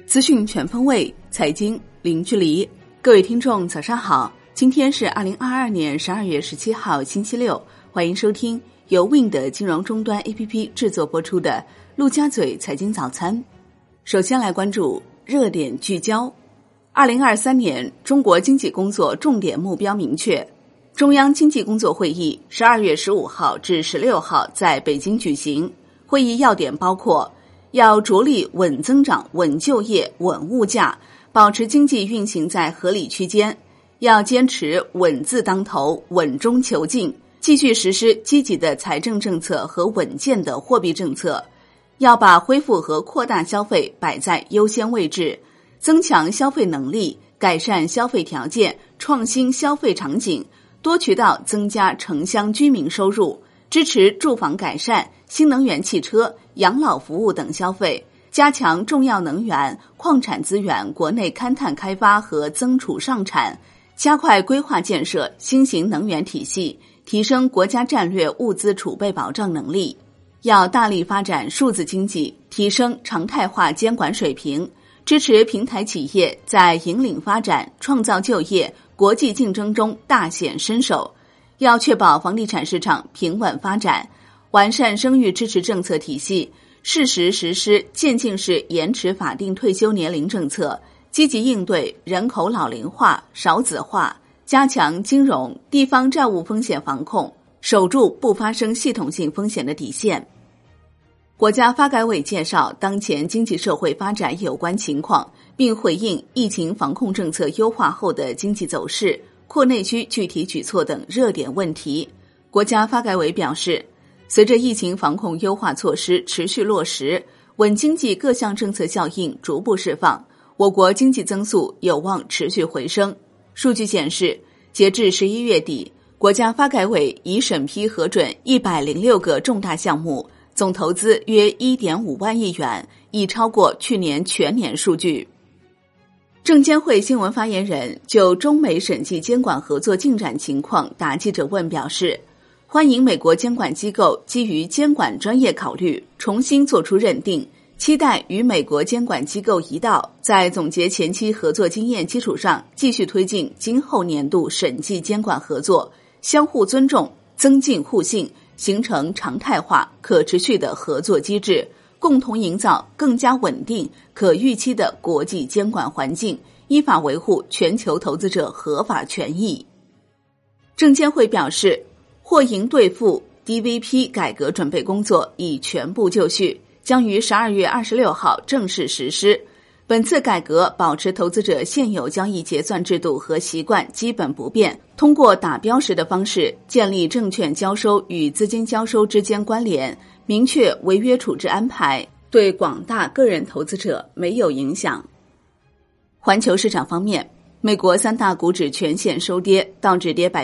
资讯全方位，财经零距离。各位听众早上好，今天是2022年12月17号星期六，欢迎收听由 Wind 金融终端 APP 制作播出的陆家嘴财经早餐。首先来关注热点聚焦。2023年中国经济工作重点目标明确，中央经济工作会议12月15号至16号在北京举行，会议要点包括要着力稳增长、稳就业、稳物价，保持经济运行在合理区间，要坚持稳字当头、稳中求进，继续实施积极的财政政策和稳健的货币政策，要把恢复和扩大消费摆在优先位置，增强消费能力，改善消费条件，创新消费场景，多渠道增加城乡居民收入，支持住房改善、新能源汽车、养老服务等消费，加强重要能源、矿产资源国内勘探开发和增储上产，加快规划建设新型能源体系，提升国家战略物资储备保障能力。要大力发展数字经济，提升常态化监管水平，支持平台企业在引领发展、创造就业、国际竞争中大显身手。要确保房地产市场平稳发展，完善生育支持政策体系，适时实施渐进式延迟法定退休年龄政策，积极应对人口老龄化、少子化，加强金融、地方债务风险防控，守住不发生系统性风险的底线。国家发改委介绍当前经济社会发展有关情况，并回应疫情防控政策优化后的经济走势、扩内需具体举措等热点问题。国家发改委表示，随着疫情防控优化措施持续落实，稳经济各项政策效应逐步释放，我国经济增速有望持续回升。数据显示，截至11月底，国家发改委已审批核准106个重大项目，总投资约 1.5 万亿元，已超过去年全年数据。证监会新闻发言人就中美审计监管合作进展情况答记者问表示，欢迎美国监管机构基于监管专业考虑重新作出认定，期待与美国监管机构一道，在总结前期合作经验基础上，继续推进今后年度审计监管合作，相互尊重，增进互信，形成常态化、可持续的合作机制，共同营造更加稳定、可预期的国际监管环境，依法维护全球投资者合法权益。证监会表示，货银兑付 DVP 改革准备工作已全部就绪，将于12月26号正式实施。本次改革保持投资者现有交易结算制度和习惯基本不变，通过打标识的方式建立证券交收与资金交收之间关联，明确违约处置安排，对广大个人投资者没有影响。环球市场方面，美国三大股指全线收跌，道指跌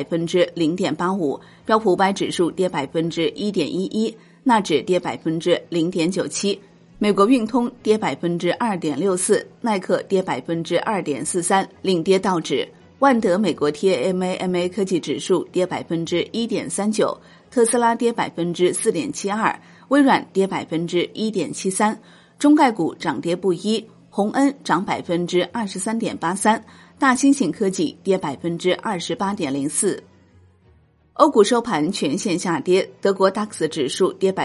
0.85%， 标普500指数跌 1.11%， 纳指跌 0.97%， 美国运通跌 2.64%， 耐克跌 2.43%， 领跌道指。万德美国 TAMA 科技指数跌 1.39%， 特斯拉跌 4.72%， 微软跌 1.73%， 中概股涨跌不一，宏恩涨 23.83%， 大猩猩科技跌 28.04%。 欧股收盘全线下跌，德国 DAX 指数跌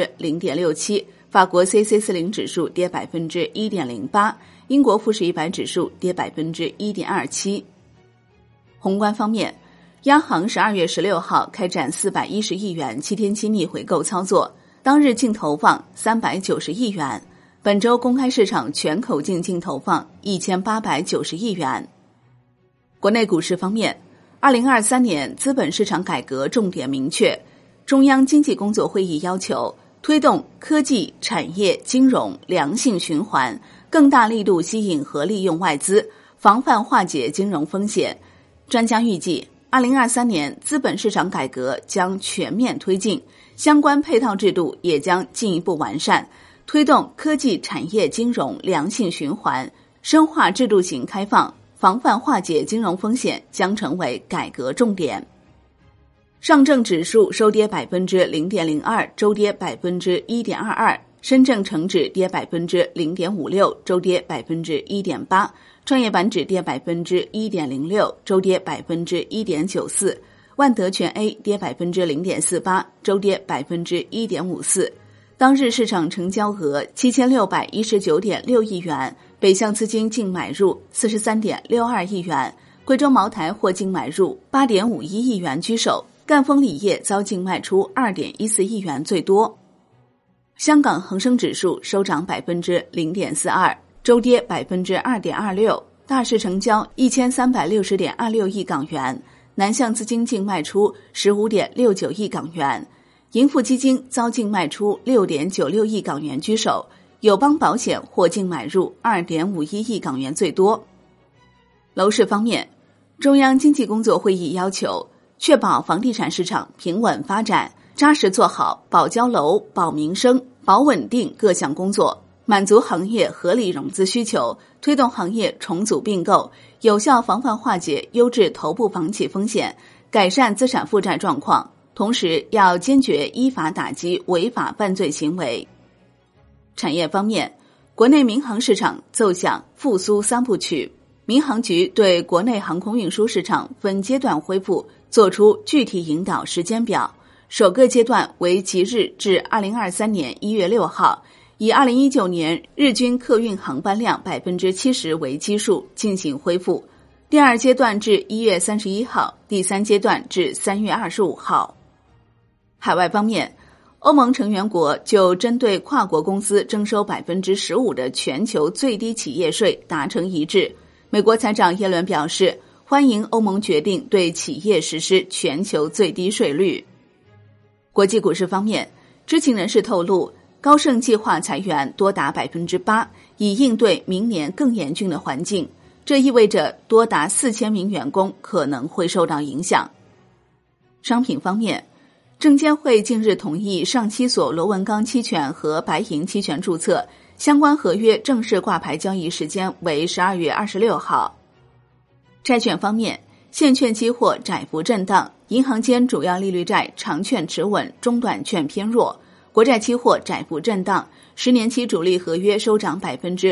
0.67%， 法国 CAC40 指数跌 1.08%， 英国富时100指数跌 1.27%。宏观方面，央行12月16号开展410亿元7天期逆回购操作，当日净投放390亿元，本周公开市场全口径净投放1890亿元。国内股市方面，2023年资本市场改革重点明确，中央经济工作会议要求推动科技、产业、金融良性循环，更大力度吸引和利用外资，防范化解金融风险。专家预计，2023年资本市场改革将全面推进，相关配套制度也将进一步完善，推动科技、产业、金融良性循环，深化制度型开放，防范化解金融风险将成为改革重点。上证指数收跌 0.02%， 周跌 1.22%， 深证成指跌 0.56%， 周跌 1.8%， 创业板指跌 1.06%， 周跌 1.94%， 万德全 A 跌 0.48%， 周跌 1.54%。当日市场成交额 7619.6 亿元，北向资金净买入 43.62 亿元，贵州茅台获净买入 8.51 亿元居首，赣锋锂业遭净卖出 2.14 亿元最多。香港恒生指数收涨 0.42%， 周跌 2.26%， 大市成交 1360.26 亿港元，南向资金净卖出 15.69 亿港元，盈富基金遭净卖出 6.96 亿港元居首，友邦保险获净买入 2.51 亿港元最多。楼市方面，中央经济工作会议要求确保房地产市场平稳发展，扎实做好保交楼、保民生、保稳定各项工作，满足行业合理融资需求，推动行业重组并购，有效防范化解优质头部房企风险，改善资产负债状况。同时要坚决依法打击违法犯罪行为。产业方面，国内民航市场奏响复苏三部曲，民航局对国内航空运输市场分阶段恢复作出具体引导时间表，首个阶段为即日至2023年1月6号，以2019年日均客运航班量 70% 为基数进行恢复，第二阶段至1月31号，第三阶段至3月25号。海外方面，欧盟成员国就针对跨国公司征收 15% 的全球最低企业税达成一致。美国财长耶伦表示，欢迎欧盟决定对企业实施全球最低税率。国际股市方面，知情人士透露，高盛计划裁员多达 8%， 以应对明年更严峻的环境，这意味着多达4000名员工可能会受到影响。商品方面，证监会近日同意上期所螺纹钢期权和白银期权注册，相关合约正式挂牌交易时间为12月26号。债券方面，现券期货窄幅震荡，银行间主要利率债长券持稳，中短券偏弱，国债期货窄幅震荡，10年期主力合约收涨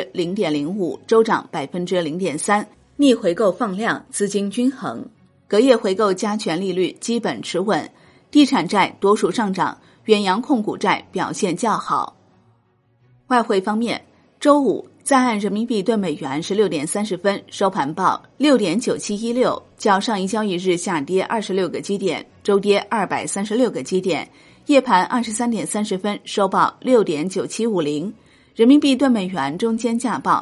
0.05%， 周涨 0.3%， 逆回购放量，资金均衡，隔夜回购加权利率基本持稳，地产债多数上涨，远洋控股债表现较好。外汇方面，周五在岸人民币对美元16点30分收盘报 6.9716， 较上一交易日下跌26个基点，周跌236个基点。夜盘23点30分收报 6.9750， 人民币对美元中间价报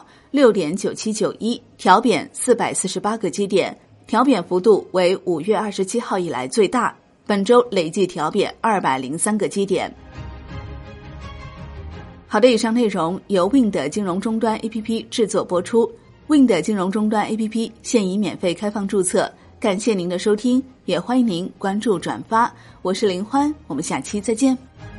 6.9791， 调贬448个基点，调贬幅度为5月27号以来最大，本周累计调贬203个基点。好的，以上内容由 Wind 金融终端 APP 制作播出。Wind 金融终端 APP 现已免费开放注册，感谢您的收听，也欢迎您关注转发。我是林欢，我们下期再见。